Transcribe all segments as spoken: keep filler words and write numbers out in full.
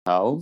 好，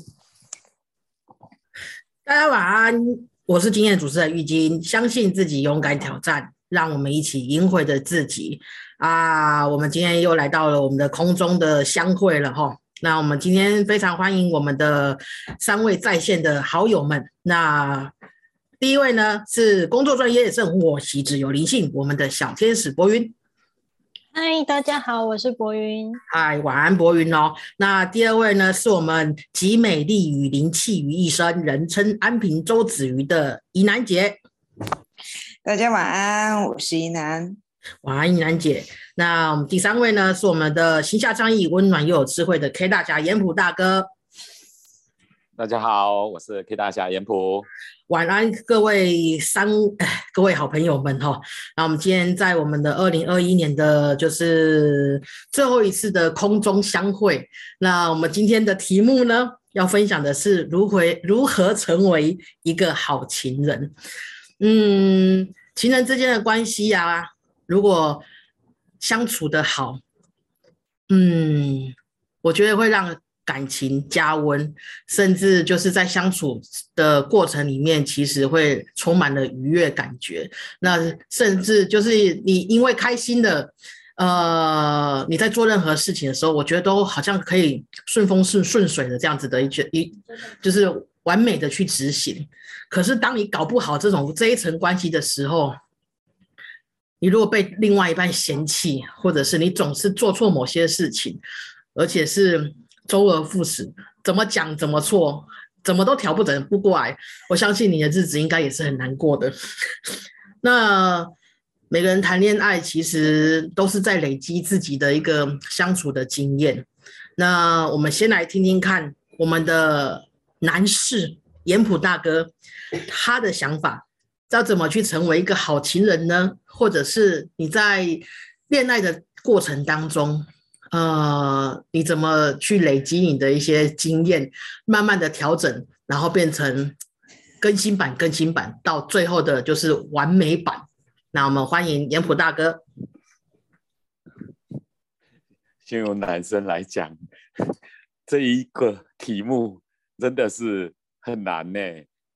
大家晚安，我是今天的主持人玉金。相信自己，勇敢挑战，让我们一起赢回的自己啊！我们今天又来到了我们的空中的相会了哈。那我们今天非常欢迎我们的三位在线的好友们。那第一位呢是工作专业、生活习志有灵性，我们的小天使博云。 嗨，大家好，我是博云。 嗨，晚安，博云哦。那第二位呢，是我们集美丽与灵气于一身，人称安平周子瑜的宜南姐。 大家晚安，我是宜南。 晚安，宜南姐。那我们第三位呢，是我们的行侠仗义、温暖又有智慧的 K 大侠严普大哥。 大家好，我是 K 大侠严普。 晚安，各位三各位好朋友们哈。那我们今天在我们的二零二一年的就是最后一次的空中相会。那我们今天的题目呢，要分享的是如何如何成为一个好情人。嗯，情人之间的关系啊，如果相处的好，嗯，我觉得会让感情加温，甚至就是在相处的过程里面，其实会充满了愉悦感觉。那甚至就是你因为开心的，呃，你在做任何事情的时候，我觉得都好像可以顺风顺顺水的这样子的一一，就是完美的去执行。可是当你搞不好这种这一层关系的时候，你如果被另外一半嫌弃，或者是你总是做错某些事情，而且是周而复始，怎么讲怎么错，怎么都调不整不过来，我相信你的日子应该也是很难过的。那每个人谈恋爱其实都是在累积自己的一个相处的经验。那我们先来听听看我们的男士严普大哥他的想法，要怎么去成为一个好情人呢？或者是你在恋爱的过程当中，呃，你怎么去累积你的一些经验，慢慢的调整，然后变成更新版、更新版，到最后的就是完美版。那我们欢迎严普大哥。 先由男生来讲，这一个题目真的是很难呢。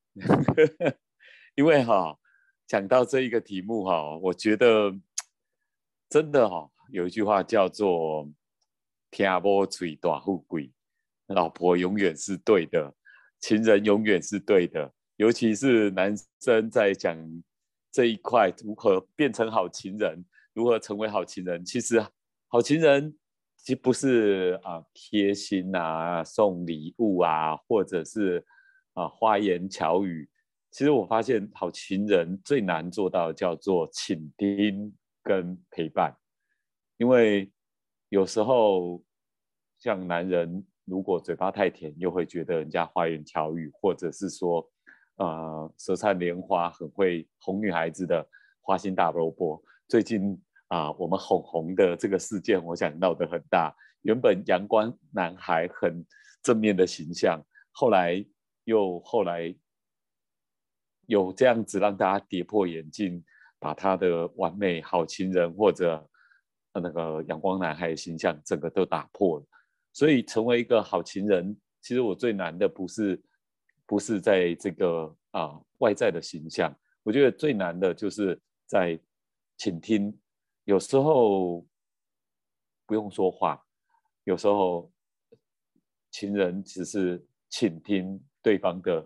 因为哈，讲到这一个题目哈，我觉得真的哈，有一句话叫做“听某嘴大富贵”，老婆永远是对的，情人永远是对的。尤其是男生在讲这一块，如何变成好情人，如何成为好情人，其实好情人其实不是啊贴心啊、送礼物啊，或者是啊花言巧语。其实我发现好情人最难做到的叫做倾听跟陪伴，因为有时候像男人如果嘴巴太甜，又会觉得人家花言巧语，或者是说呃舌灿莲花，很会哄女孩子的花心大萝卜。最近啊、呃，我们哄红的这个事件，我想闹得很大。原本阳光男孩很正面的形象，后来又后来。有这样子让大家跌破眼镜，把他的完美好情人或者那个阳光男孩的形象整个都打破了。所以成为一个好情人，其实我最难的不是不是在这个啊外在的形象，我觉得最难的就是在倾听。有时候不用说话，有时候情人只是倾听对方的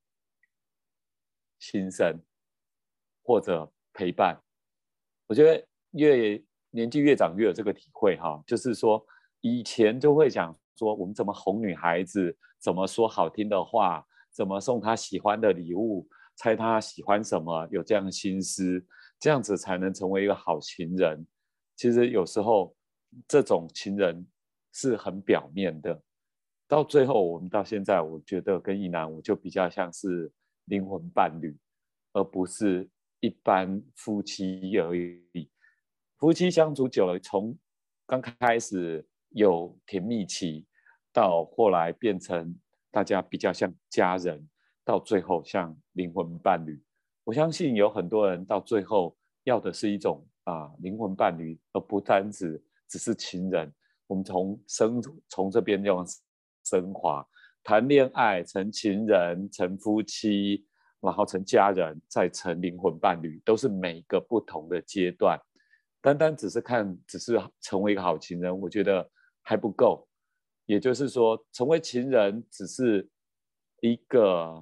心声或者陪伴。我觉得越年纪越长越有这个体会哈，就是说以前就会讲说我们怎么哄女孩子，怎么说好听的话，怎么送她喜欢的礼物，猜她喜欢什么，有这样的心思，这样子才能成为一个好情人。其实有时候这种情人是很表面的，到最后我们到现在，我觉得跟一男我就比较像是灵魂伴侣，而不是一般夫妻而已。夫妻相处久了，从刚开始有甜蜜期，到后来变成大家比较像家人，到最后像灵魂伴侣。我相信有很多人到最后要的是一种啊灵魂伴侣，而不单只只是情人。我们从生从这边用升华， 谈恋爱成情人成夫妻，然后成家人，再成灵魂伴侣，都是每个不同的阶段。单单只是看只是成为一个好情人，我觉得还不够。也就是说，成为情人只是一个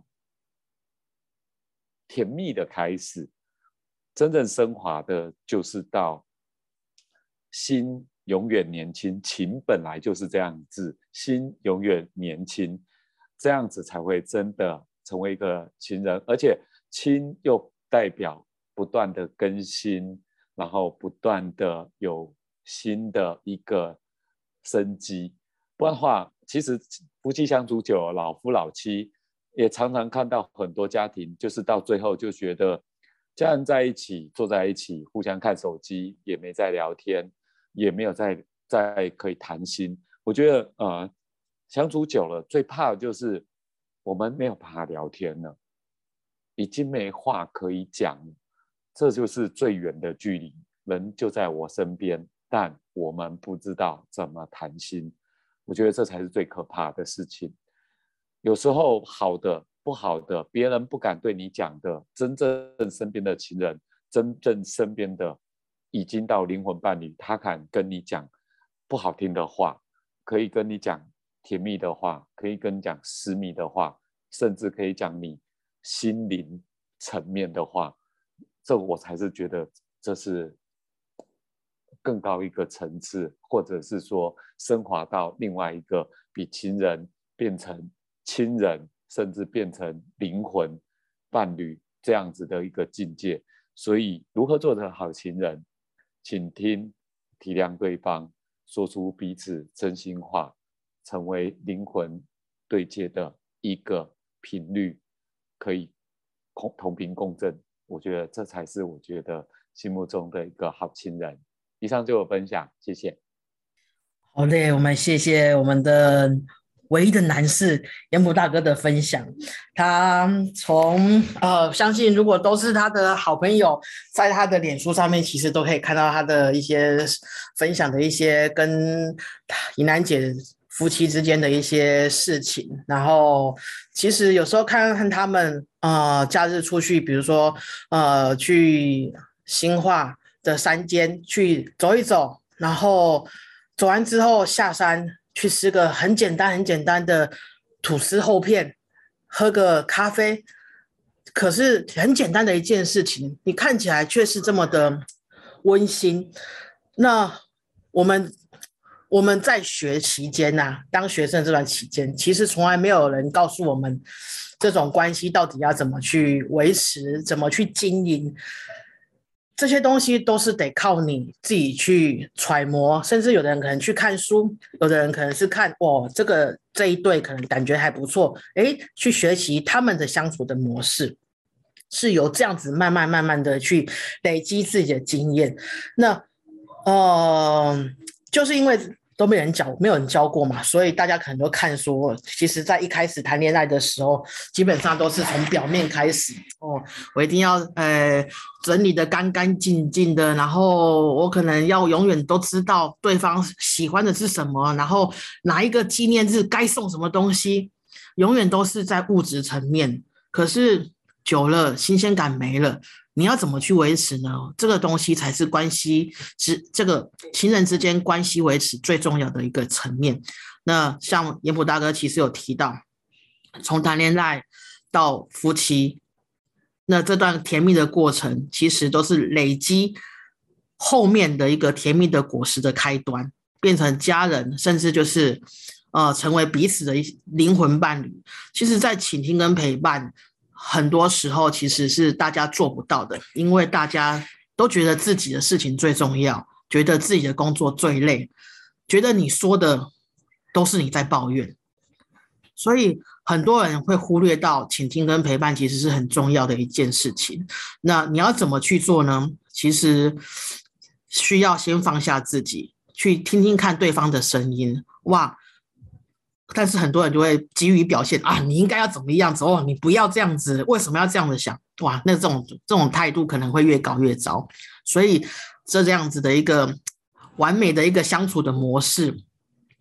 甜蜜的开始，真正升华的就是到心永远年轻，情本来就是这样子，心永远年轻，这样子才会真的成为一个情人。而且亲又代表不断的更新，然后不断的有新的一个生机。不然的话，其实夫妻相处久了，老夫老妻，也常常看到很多家庭，就是到最后就觉得家人在一起，坐在一起，互相看手机，也没在聊天，也没有在在可以谈心。我觉得呃，相处久了，最怕的就是我们没有办法聊天了，已经没话可以讲了，这就是最远的距离。人就在我身边，但我们不知道怎么谈心。我觉得这才是最可怕的事情。有时候好的不好的，别人不敢对你讲的，真正身边的情人，真正身边的已经到灵魂伴侣，他敢跟你讲不好听的话，可以跟你讲甜蜜的话，可以跟你讲私密的话，甚至可以讲你心灵层面的话，这我才是觉得这是更高一个层次，或者是说升华到另外一个比情人变成亲人，甚至变成灵魂伴侣这样子的一个境界。所以如何做成好情人，倾听体谅对方，说出彼此真心话，成为灵魂对接的一个频率，可以同频共振。我觉得这才是我觉得心目中的一个好情人。以上就有分享，谢谢。 好嘞，我们谢谢我们的唯一的男士严普大哥的分享。他从呃，相信如果都是他的好朋友，在他的脸书上面，其实都可以看到他的一些分享的一些跟宜兰姐夫妻之间的一些事情。然后其实有时候看看他们呃，假日出去，比如说呃，去新化的山间去走一走，然后走完之后下山去吃个很简单很简单的吐司厚片，喝个咖啡，可是很简单的一件事情，你看起来却是这么的温馨。那我们我们在学期间啊，当学生这段期间，其实从来没有人告诉我们这种关系到底要怎么去维持，怎么去经营。这些东西都是得靠你自己去揣摩，甚至有的人可能去看书，有的人可能是看哦，这个这一对可能感觉还不错，诶，去学习他们的相处的模式，是由这样子慢慢慢慢的去累积自己的经验。那呃，就是因为都没人教，没有人教过嘛，所以大家可能都看说，其实在一开始谈恋爱的时候，基本上都是从表面开始哦，我一定要呃整理的干干净净的，然后我可能要永远都知道对方喜欢的是什么，然后哪一个纪念日该送什么东西，永远都是在物质层面。可是久了，新鲜感没了。你要怎么去维持呢？这个东西才是关系之这个情人之间关系维持最重要的一个层面。那像严普大哥其实有提到，从谈恋爱到夫妻，那这段甜蜜的过程，其实都是累积后面的一个甜蜜的果实的开端，变成家人，甚至就是呃成为彼此的灵魂伴侣。其实，在倾听跟陪伴，很多时候其实是大家做不到的，因为大家都觉得自己的事情最重要，觉得自己的工作最累，觉得你说的都是你在抱怨，所以很多人会忽略到倾听跟陪伴其实是很重要的一件事情。那你要怎么去做呢？其实需要先放下自己，去听听看对方的声音。哇！但是很多人就会急于表现啊，你应该要怎么样子哦，你不要这样子，为什么要这样子想？哇，那这种这种态度可能会越搞越糟。所以这这样子的一个完美的一个相处的模式，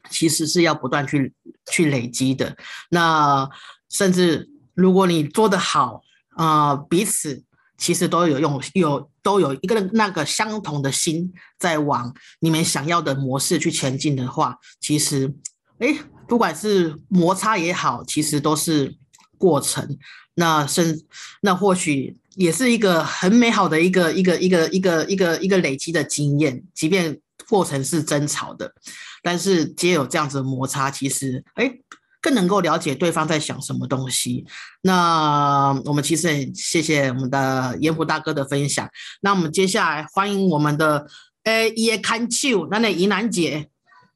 其实是要不断去去累积的。那甚至如果你做得好，呃，彼此其实都有用，有都有一个那个相同的心，在往你们想要的模式去前进的话，其实，哎，不管是摩擦也好，其实都是过程。那甚那或许也是一个很美好的一个一个一个一个一个一个累积的经验，即便过程是争吵的，但是皆有这样子的摩擦，其实哎更能够了解对方在想什么东西。那我们其实很谢谢我们的盐湖大哥的分享。那我们接下来欢迎我们的诶叶看秋，那的宜南姐。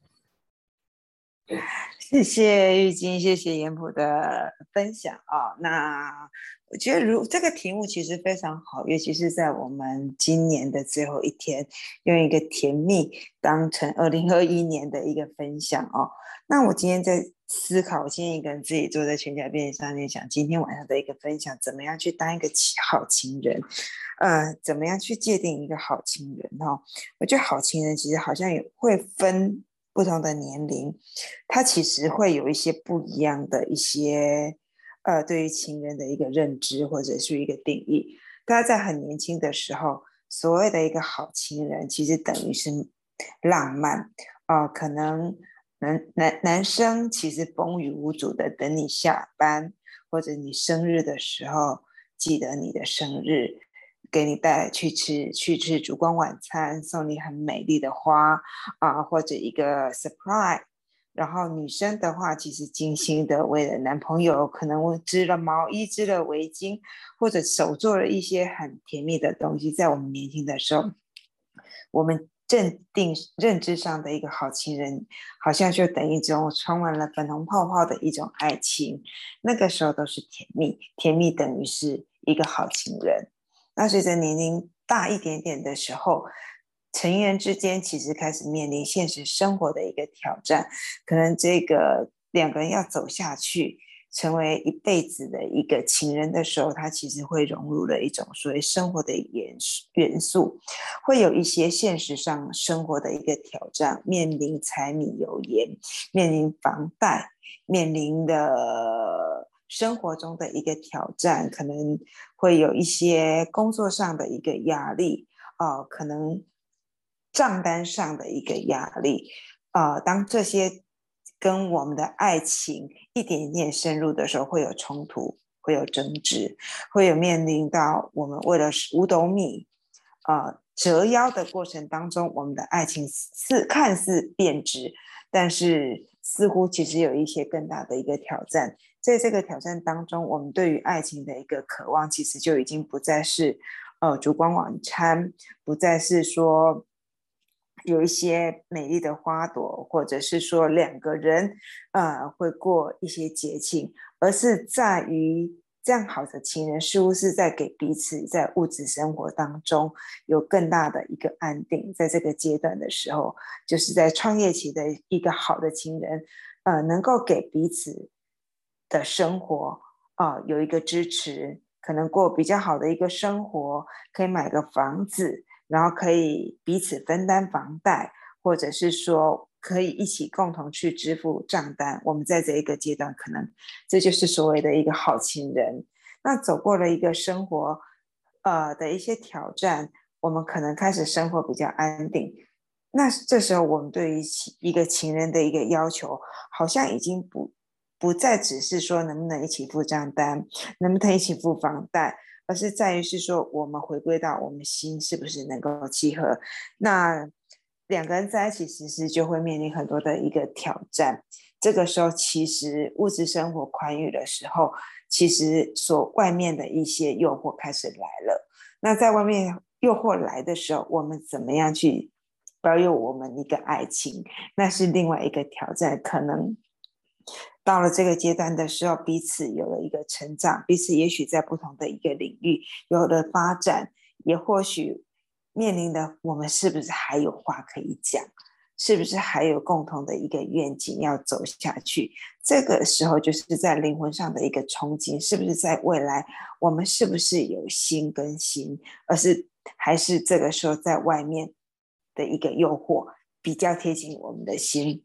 谢谢玉晶，谢谢盐埔的分享啊、哦。那我觉得如这个题目其实非常好，尤其是在我们今年的最后一天，用一个甜蜜当成二零二一年的一个分享哦。那我今天在思考，我今天一个人自己坐在全家便利商店想今天晚上的一个分享，怎么样去当一个好情人，呃，怎么样去界定一个好情人哈、哦？我觉得好情人其实好像也会分不同的年龄，它其实会有一些不一样的一些呃对于情人的一个认知或者是一个定义。大家在很年轻的时候，所谓的一个好情人，其实等于是浪漫啊、呃，可能男男男生其实风雨无阻的等你下班，或者你生日的时候记得你的生日，给你带来去吃去吃烛光晚餐，送你很美丽的花啊、呃，或者一个 surprise。然后女生的话，其实精心的为了男朋友，可能织了毛衣、织了围巾，或者手做了一些很甜蜜的东西。在我们年轻的时候，我们认定认知上的一个好情人，好像就等于一种充满了粉红泡泡的一种爱情。那个时候都是甜蜜，甜蜜等于是一个好情人。那随着年龄大一点点的时候，成员之间其实开始面临现实生活的一个挑战，可能这个两个人要走下去，成为一辈子的一个情人的时候，他其实会融入了一种所谓生活的元素，会有一些现实上生活的一个挑战，面临柴米油盐，面临房贷，面临的生活中的一个挑战，可能会有一些工作上的一个压力，呃，可能账单上的一个压力，呃，当这些跟我们的爱情一点一点深入的时候，会有冲突，会有争执，会有面临到我们为了五斗米，呃，折腰的过程当中，我们的爱情似看似变质，但是似乎其实有一些更大的一个挑战。在这个挑战当中，我们对于爱情的一个渴望，其实就已经不再是呃烛光晚餐，不再是说有一些美丽的花朵，或者是说两个人呃会过一些节庆，而是在于这样好的情人似乎是在给彼此在物质生活当中有更大的一个安定。在这个阶段的时候，就是在创业期的一个好的情人，呃，能够给彼此的生活啊、呃、有一个支持，可能过比较好的一个生活，可以买个房子，然后可以彼此分担房贷，或者是说可以一起共同去支付账单。我们在这一个阶段，可能这就是所谓的一个好情人。那走过了一个生活呃的一些挑战，我们可能开始生活比较安定。那这时候我们对于一个情人的一个要求，好像已经不不再只是说能不能一起付账单，能不能一起付房贷，而是在于是说我们回归到我们心是不是能够契合。那两个人在一起其实就会面临很多的一个挑战。这个时候其实物质生活宽裕的时候，其实所外面的一些诱惑开始来了。那在外面诱惑来的时候，我们怎么样去保有我们一个爱情，那是另外一个挑战。可能到了这个阶段的时候，彼此有了一个成长，彼此也许在不同的一个领域有了发展，也或许面临的我们是不是还有话可以讲，是不是还有共同的一个愿景要走下去。这个时候就是在灵魂上的一个憧憬，是不是在未来我们是不是有心跟心，而是还是这个时候在外面的一个诱惑比较贴近我们的心。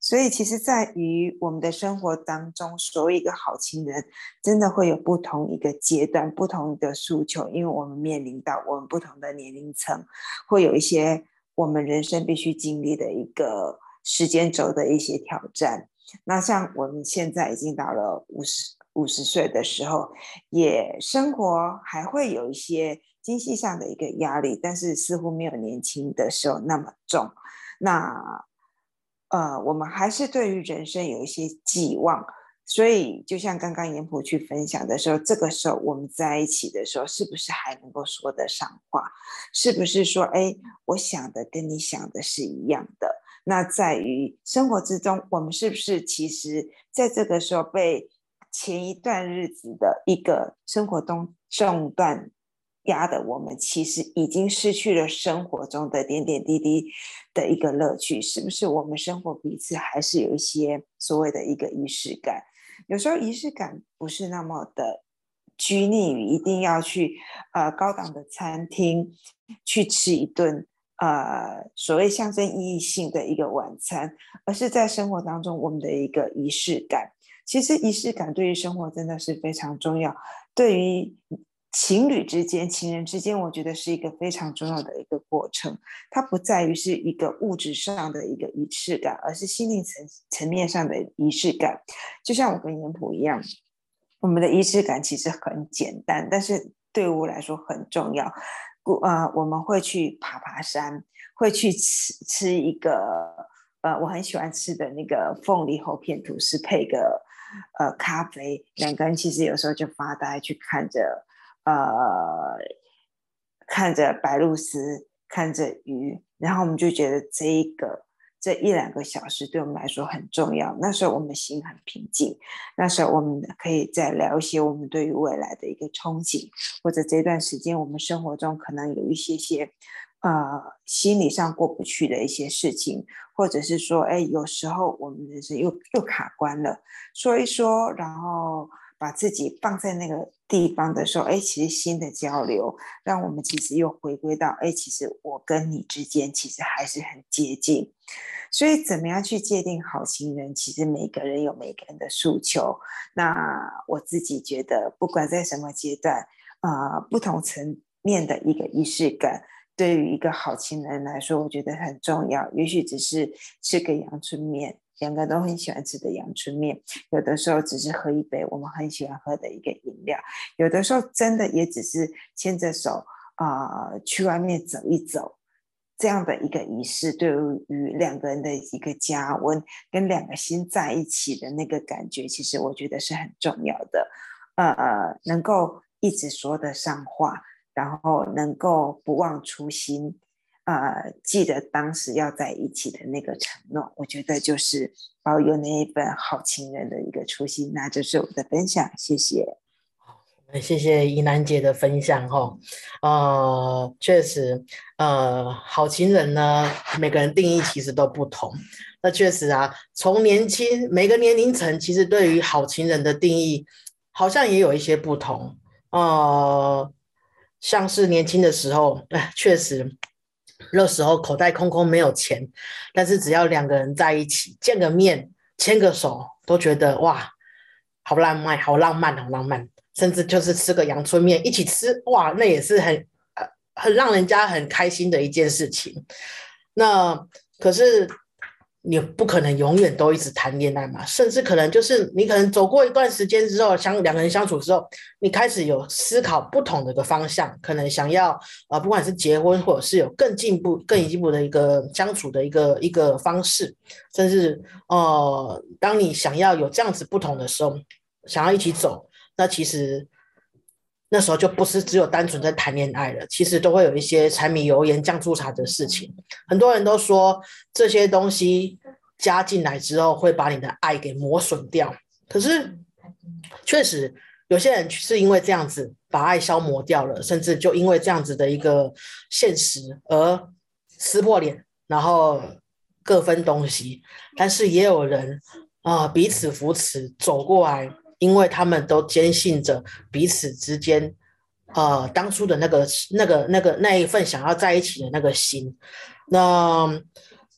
所以其实在于我们的生活当中，所谓一个好情人真的会有不同一个阶段，不同的诉求，因为我们面临到我们不同的年龄层，会有一些我们人生必须经历的一个时间轴的一些挑战。那像我们现在已经到了五十五十岁的时候，也生活还会有一些经济上的一个压力，但是似乎没有年轻的时候那么重。那呃，我们还是对于人生有一些寄望，所以就像刚刚严普去分享的时候，这个时候我们在一起的时候，是不是还能够说得上话？是不是说，哎，我想的跟你想的是一样的？那在于生活之中，我们是不是其实在这个时候被前一段日子的一个生活中重担压的，我们其实已经失去了生活中的点点滴滴的一个乐趣？是不是我们生活彼此还是有一些所谓的一个仪式感？有时候仪式感不是那么的拘泥于一定要去呃高档的餐厅去吃一顿呃，所谓象征意义性的一个晚餐，而是在生活当中我们的一个仪式感。其实仪式感对于生活真的是非常重要，对于情侣之间、情人之间，我觉得是一个非常重要的一个过程。它不在于是一个物质上的一个仪式感，而是心灵层层面上的仪式感。就像我跟严普一样，我们的仪式感其实很简单，但是对我来说很重要。呃，我们会去爬爬山，会去吃吃一个呃我很喜欢吃的那个凤梨厚片吐司，配个呃咖啡，两个人其实有时候就发呆，去看着呃看着白鹭鸶，看着鱼，然后我们就觉得这一个这一两个小时对我们来说很重要。那时候我们心很平静，那时候我们可以再聊一些我们对于未来的一个憧憬，或者这段时间我们生活中可能有一些些呃心理上过不去的一些事情，或者是说哎，有时候我们人生又又卡关了，说一说，然后把自己放在那个地方的时候，哎，其实新的交流让我们其实又回归到，哎，其实我跟你之间其实还是很接近。所以怎么样去界定好情人，其实每个人有每个人的诉求。那我自己觉得不管在什么阶段，呃，不同层面的一个仪式感对于一个好情人来说，我觉得很重要。也许只是吃个阳春面，两个都很喜欢吃的阳春面，有的时候只是喝一杯我们很喜欢喝的一个饮料，有的时候真的也只是牵着手啊、呃，去外面走一走，这样的一个仪式，对于两个人的一个加温，跟两个心在一起的那个感觉，其实我觉得是很重要的。呃，能够一直说得上话，然后能够不忘初心，呃，记得当时要在一起的那个承诺，我觉得就是保有那一份好情人的一个初心。那就是我的分享，谢谢。 谢谢宜南姐的分享哈，呃，确实，呃，好情人呢，每个人定义其实都不同。那确实啊，从年轻每个年龄层，其实对于好情人的定义，好像也有一些不同。呃，像是年轻的时候，哎，确实，那时候口袋空空没有钱，但是只要两个人在一起，见个面，牵个手，都觉得哇，好浪漫，好浪漫，好浪漫。甚至就是吃个阳春面一起吃，哇，那也是很呃很让人家很开心的一件事情。那可是你不可能永远都一直谈恋爱嘛，甚至可能就是你可能走过一段时间之后，相两个人相处之后，你开始有思考不同的一个方向，可能想要呃不管是结婚或者是有更进步、更进步的一个相处的一个一个方式，甚至呃当你想要有这样子不同的时候，想要一起走。那其实那时候就不是只有单纯在谈恋爱了，其实都会有一些柴米油盐酱醋茶的事情。很多人都说这些东西加进来之后会把你的爱给磨损掉，可是确实有些人是因为这样子把爱消磨掉了，甚至就因为这样子的一个现实而撕破脸，然后各分东西。但是也有人啊、呃，彼此扶持走过来，因为他们都坚信着彼此之间，呃，当初的那个、那个、那个那一份想要在一起的那个心。那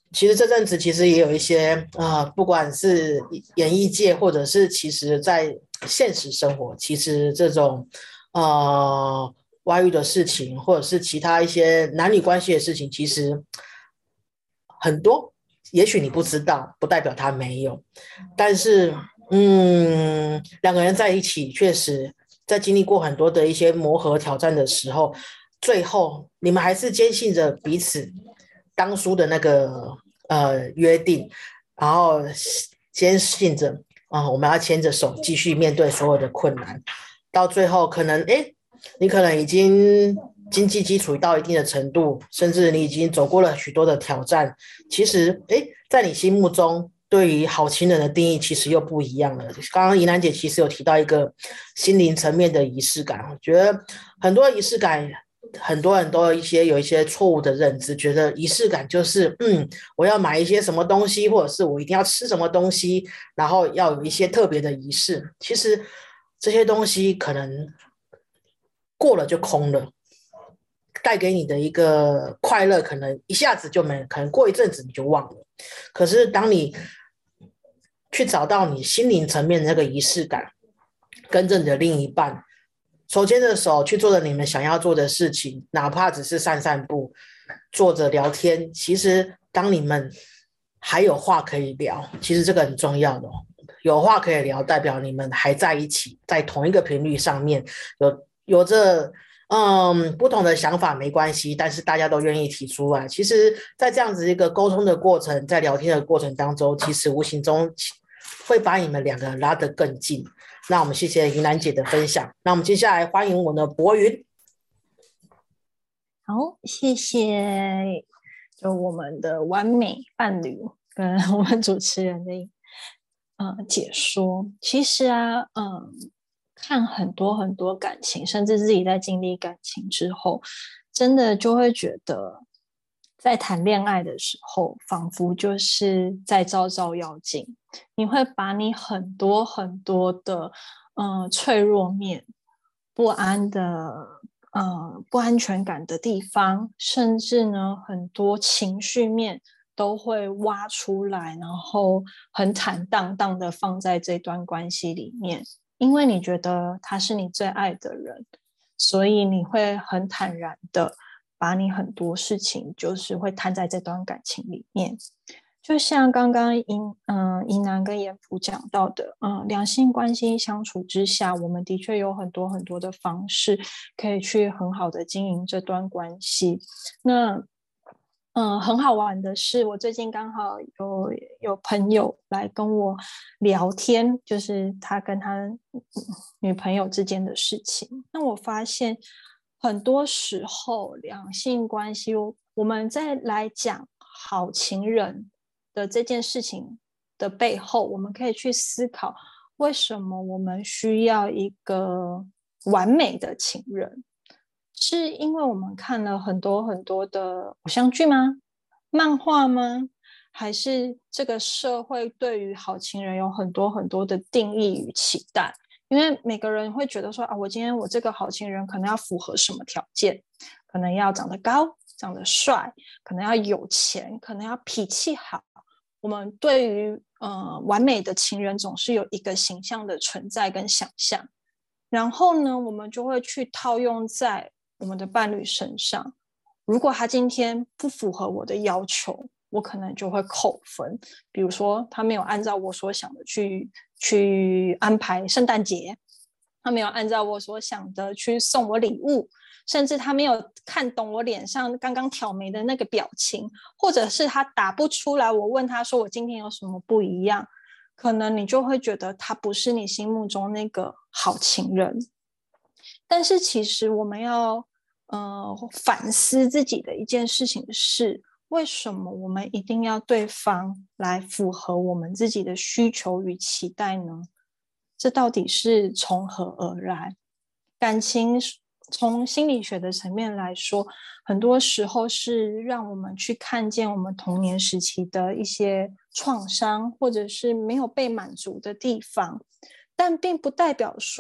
其实这阵子其实也有一些呃，不管是演艺界，或者是其实在现实生活，其实这种呃外遇的事情，或者是其他一些男女关系的事情，其实很多。也许你不知道，不代表他没有，但是嗯，两个人在一起，确实在经历过很多的一些磨合挑战的时候，最后你们还是坚信着彼此当初的那个呃约定，然后坚信着啊、呃，我们要牵着手继续面对所有的困难，到最后可能哎，你可能已经经济基础到一定的程度，甚至你已经走过了许多的挑战，其实哎，在你心目中对于好情人的定义其实又不一样了。刚刚怡楠姐其实有提到一个心灵层面的仪式感，我觉得很多仪式感，很多人都有一些有一些错误的认知，觉得仪式感就是嗯，我要买一些什么东西，或者是我一定要吃什么东西，然后要有一些特别的仪式。其实这些东西可能过了就空了。带给你的一个快乐，可能一下子就没，可能过一阵子你就忘了。可是当你去找到你心灵层面的那个仪式感，跟着你的另一半手牵着手去做着你们想要做的事情，哪怕只是散散步，坐着聊天，其实当你们还有话可以聊，其实这个很重要的、哦、有话可以聊，代表你们还在一起，在同一个频率上面，有有着嗯，不同的想法没关系，但是大家都愿意提出来。其实，在这样子一个沟通的过程，在聊天的过程当中，其实无形中会把你们两个拉得更近。那我们谢谢云兰姐的分享。那我们接下来欢迎我们的博云。 好，谢谢，就我们的完美伴侣跟我们主持人的呃解说。其实啊，嗯。看很多很多感情，甚至自己在经历感情之后，真的就会觉得在谈恋爱的时候仿佛就是在照照妖镜，你会把你很多很多的呃脆弱面、不安的呃不安全感的地方，甚至呢很多情绪面都会挖出来，然后很坦荡荡的放在这段关系里面。因为你觉得他是你最爱的人，所以你会很坦然的把你很多事情就是会摊在这段感情里面。就像刚刚英嗯英男跟严福讲到的，嗯，两性关系相处之下，我们的确有很多很多的方式可以去很好的经营这段关系。那嗯，很好玩的是，我最近刚好有有朋友来跟我聊天，就是他跟他女朋友之间的事情。那我发现很多时候两性关系，我们在来讲好情人的这件事情的背后，我们可以去思考，为什么我们需要一个完美的情人？是因为我们看了很多很多的偶像剧吗？漫画吗？还是这个社会对于好情人有很多很多的定义与期待？因为每个人会觉得说啊，我今天我这个好情人可能要符合什么条件？可能要长得高，长得帅，可能要有钱，可能要脾气好。我们对于呃完美的情人总是有一个形象的存在跟想象，然后呢，我们就会去套用在我们的伴侣身上。如果他今天不符合我的要求，我可能就会扣分。比如说，他没有按照我所想的去去安排圣诞节，他没有按照我所想的去送我礼物，甚至他没有看懂我脸上刚刚挑眉的那个表情，或者是他答不出来我问他说我今天有什么不一样，可能你就会觉得他不是你心目中那个好情人。但是其实我们要呃反思自己的一件事情是，为什么我们一定要对方来符合我们自己的需求与期待呢？这到底是从何而来？感情从心理学的层面来说，很多时候是让我们去看见我们童年时期的一些创伤，或者是没有被满足的地方，但并不代表说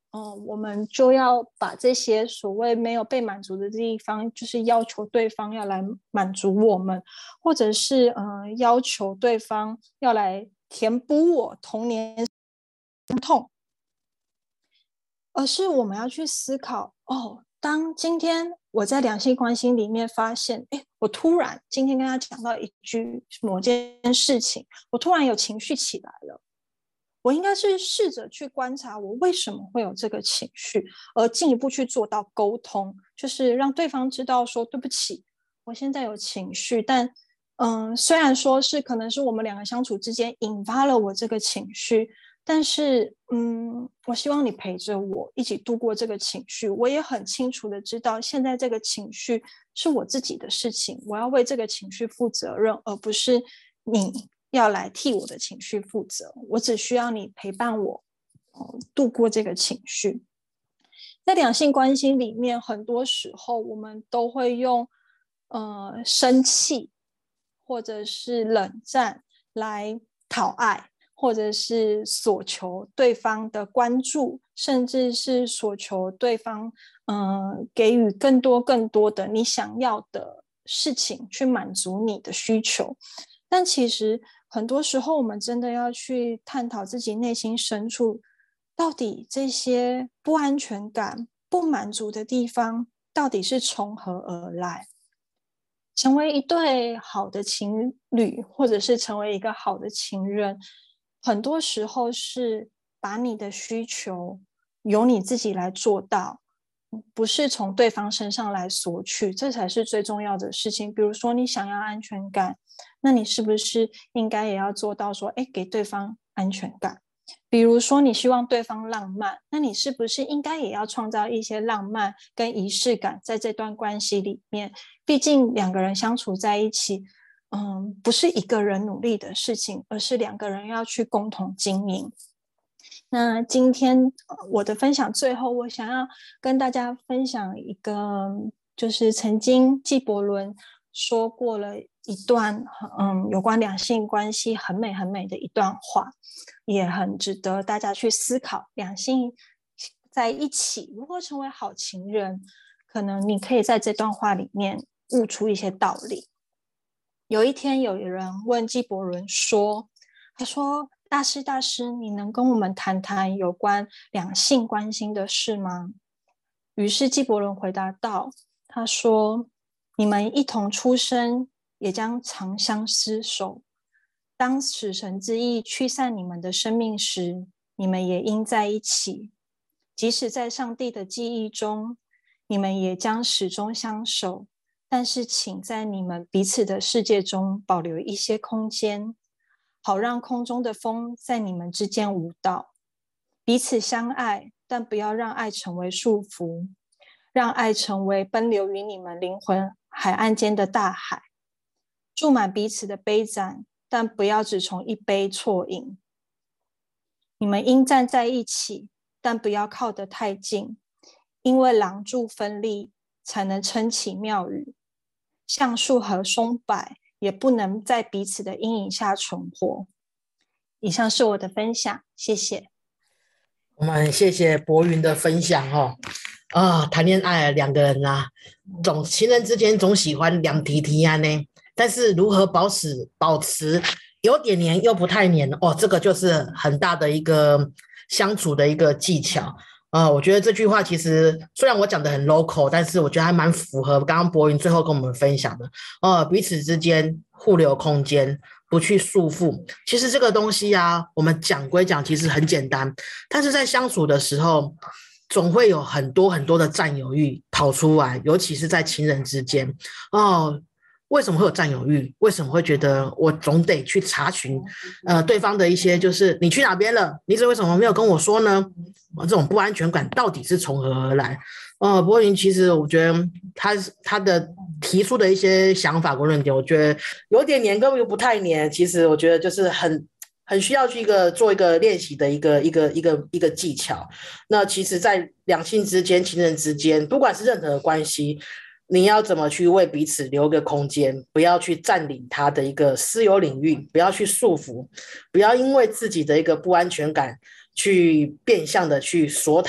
嗯，我们就要把这些所谓没有被满足的地方，就是要求对方要来满足我们，或者是呃要求对方要来填补我童年痛，而是我们要去思考，哦，当今天我在两性关系里面发现，哎，我突然今天跟他讲到一句某件事情，我突然有情绪起来了。我应该是试着去观察我为什么会有这个情绪，而进一步去做到沟通，就是让对方知道说对不起，我现在有情绪，但嗯，虽然说是可能是我们两个相处之间引发了我这个情绪，但是嗯，我希望你陪着我一起度过这个情绪。我也很清楚的知道现在这个情绪是我自己的事情，我要为这个情绪负责任，而不是你要来替我的情绪负责，我只需要你陪伴我、呃、度过这个情绪。在两性关系里面，很多时候我们都会用呃生气或者是冷战来讨爱，或者是索求对方的关注，甚至是索求对方呃给予更多更多的你想要的事情，去满足你的需求。但其实很多时候我们真的要去探讨自己内心深处，到底这些不安全感、不满足的地方到底是从何而来。成为一对好的情侣，或者是成为一个好的情人，很多时候是把你的需求由你自己来做到，不是从对方身上来索取，这才是最重要的事情。比如说你想要安全感，那你是不是应该也要做到说，哎，给对方安全感？比如说你希望对方浪漫，那你是不是应该也要创造一些浪漫跟仪式感在这段关系里面？毕竟两个人相处在一起，嗯，不是一个人努力的事情，而是两个人要去共同经营。那今天我的分享最后，我想要跟大家分享一个，就是曾经纪伯伦说过了一段嗯，有关两性关系很美很美的一段话，也很值得大家去思考。两性在一起如何成为好情人，可能你可以在这段话里面悟出一些道理。有一天有人问纪伯伦说，他说，大师大师，你能跟我们谈谈有关两性关系的事吗？于是纪伯伦回答道，他说，你们一同出生，也将长相厮守。当死神之意驱散你们的生命时，你们也应在一起。即使在上帝的记忆中，你们也将始终相守，但是请在你们彼此的世界中保留一些空间，好让空中的风在你们之间舞蹈。彼此相爱，但不要让爱成为束缚，让爱成为奔流于你们灵魂海岸间的大海。注满彼此的杯盏，但不要只从一杯啜饮。你们应站在一起，但不要靠得太近，因为廊柱分立才能撑起庙宇。橡树和松柏也不能在彼此的阴影下存活。以上是我的分享，谢谢。 我们谢谢博云的分享哦。啊，谈恋爱两个人啊，总情人之间总喜欢两提提啊呢，但是如何保持保持有点黏又不太黏哦，这个就是很大的一个相处的一个技巧。呃，我觉得这句话其实虽然我讲的很 local， 但是我觉得还蛮符合刚刚博云最后跟我们分享的。呃，彼此之间互留空间，不去束缚。其实这个东西啊，我们讲归讲，其实很简单，但是在相处的时候，总会有很多很多的占有欲跑出来，尤其是在情人之间哦。为什么会有占有欲？为什么会觉得我总得去查询呃对方的一些，就是你去哪边了？你为什么没有跟我说呢？这种不安全感到底是从何而来？呃，博云其实我觉得他他的提出的一些想法跟论点，我觉得有点黏，跟又不太黏。其实我觉得就是很很需要去一个做一个练习的一个一个一个一个技巧。那其实，在两性之间、情人之间，不管是任何的关系，你要怎么去为彼此留个空间，不要去占领他的一个私有领域，不要去束缚，不要因为自己的一个不安全感去变相的去索讨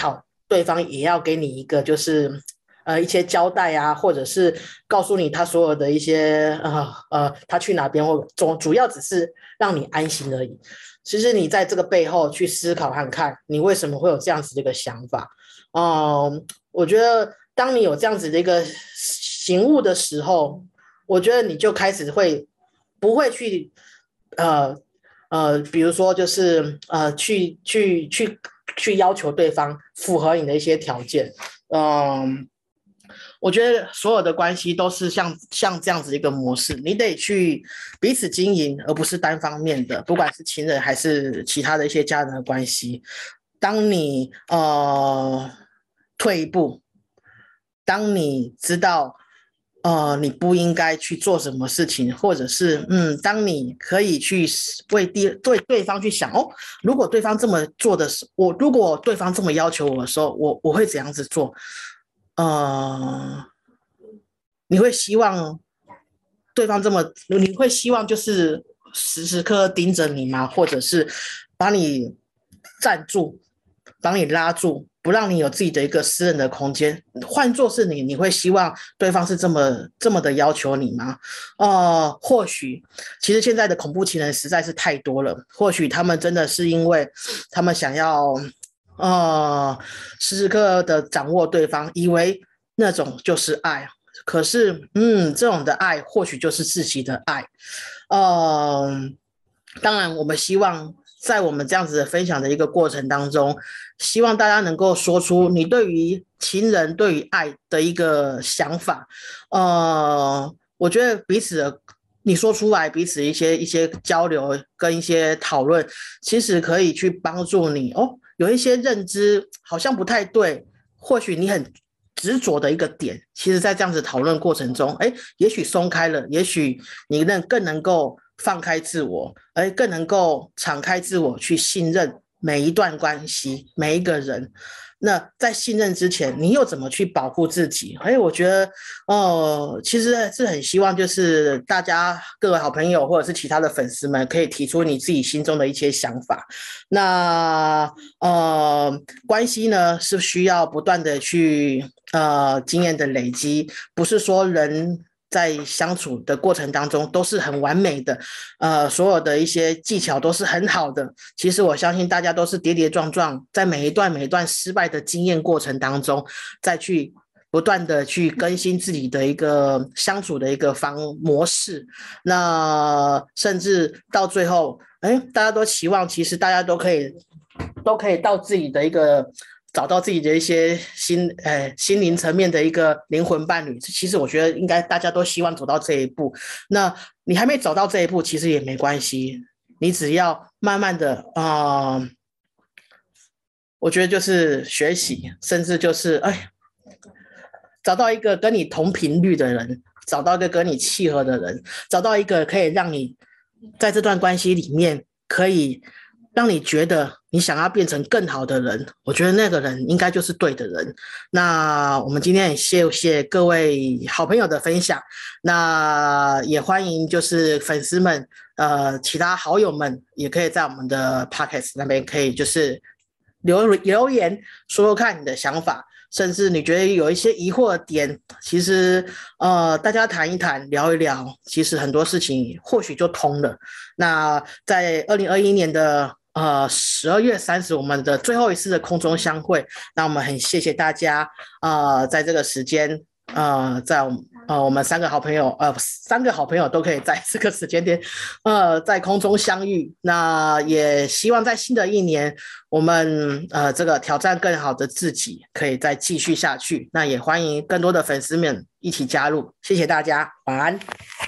对方也要给你一个就是呃一些交代啊，或者是告诉你他所有的一些呃呃他去哪边，或主主要只是让你安心而已。其实你在这个背后去思考看看，你为什么会有这样子的一个想法？嗯，我觉得当你有这样子的一个醒悟的时候，我觉得你就开始会不会去呃呃，比如说就是呃去去去去要求对方符合你的一些条件。嗯，我觉得所有的关系都是像像这样子一个模式，你得去彼此经营，而不是单方面的，不管是情人还是其他的一些家人的关系。当你呃退一步，当你知道呃你不应该去做什么事情，或者是嗯，当你可以去为对对对方去想哦，如果对方这么做的时候，我如果对方这么要求我的时候，我我会怎样子做？呃，你会希望对方这么，你会希望就是时时刻刻盯着你吗？或者是把你站住，把你拉住，不让你有自己的一个私人的空间？换作是你，你会希望对方是这么这么的要求你吗？呃，或许其实现在的恐怖情人实在是太多了，或许他们真的是因为他们想要呃时时刻刻的掌握对方，以为那种就是爱。可是，嗯，这种的爱或许就是自己的爱。呃，当然，我们希望在我们这样子的分享的一个过程当中，希望大家能够说出你对于情人、对于爱的一个想法。呃，我觉得彼此的你说出来，彼此一些一些交流跟一些讨论，其实可以去帮助你哦，有一些认知好像不太对，或许你很执着的一个点，其实在这样子讨论过程中，哎，也许松开了，也许你能更能够放开自我，而更能够敞开自我去信任每一段关系，每一个人。那在信任之前，你又怎么去保护自己？哎，我觉得，哦，其实是很希望，就是大家各位好朋友或者是其他的粉丝们，可以提出你自己心中的一些想法。那呃，关系呢是需要不断的去呃经验的累积，不是说人在相处的过程当中都是很完美的，呃，所有的一些技巧都是很好的。其实我相信大家都是跌跌撞撞，在每一段每一段失败的经验过程当中，再去不断的去更新自己的一个相处的一个方模式。那甚至到最后，哎，大家都期望，其实大家都可以都可以到自己的一个。找到自己的一些心，呃，心灵层面的一个灵魂伴侣，其实我觉得应该大家都希望走到这一步。那你还没走到这一步，其实也没关系，你只要慢慢的，啊、呃，我觉得就是学习，甚至就是哎，找到一个跟你同频率的人，找到一个跟你契合的人，找到一个可以让你在这段关系里面可以让你觉得你想要变成更好的人，我觉得那个人应该就是对的人。那我们今天也谢谢各位好朋友的分享，那也欢迎就是粉丝们，呃，其他好友们也可以在我们的 podcast 那边可以就是留留言说说看你的想法。甚至你觉得有一些疑惑的点，其实呃大家谈一谈聊一聊，其实很多事情或许就通了。那在二零二一年的呃十二月三十，我们的最后一次的空中相会，那我们很谢谢大家呃在这个时间呃在呃我们三个好朋友呃三个好朋友都可以在这个时间点呃在空中相遇。那也希望在新的一年，我们呃这个挑战更好的自己可以再继续下去。那也欢迎更多的粉丝们一起加入，谢谢大家，晚安。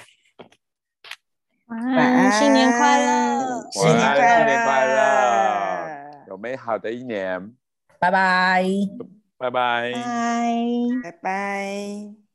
晚安，新年快乐！ 新年快乐！ 新年快乐！有美好的一年， 拜拜， 拜拜， 拜拜拜。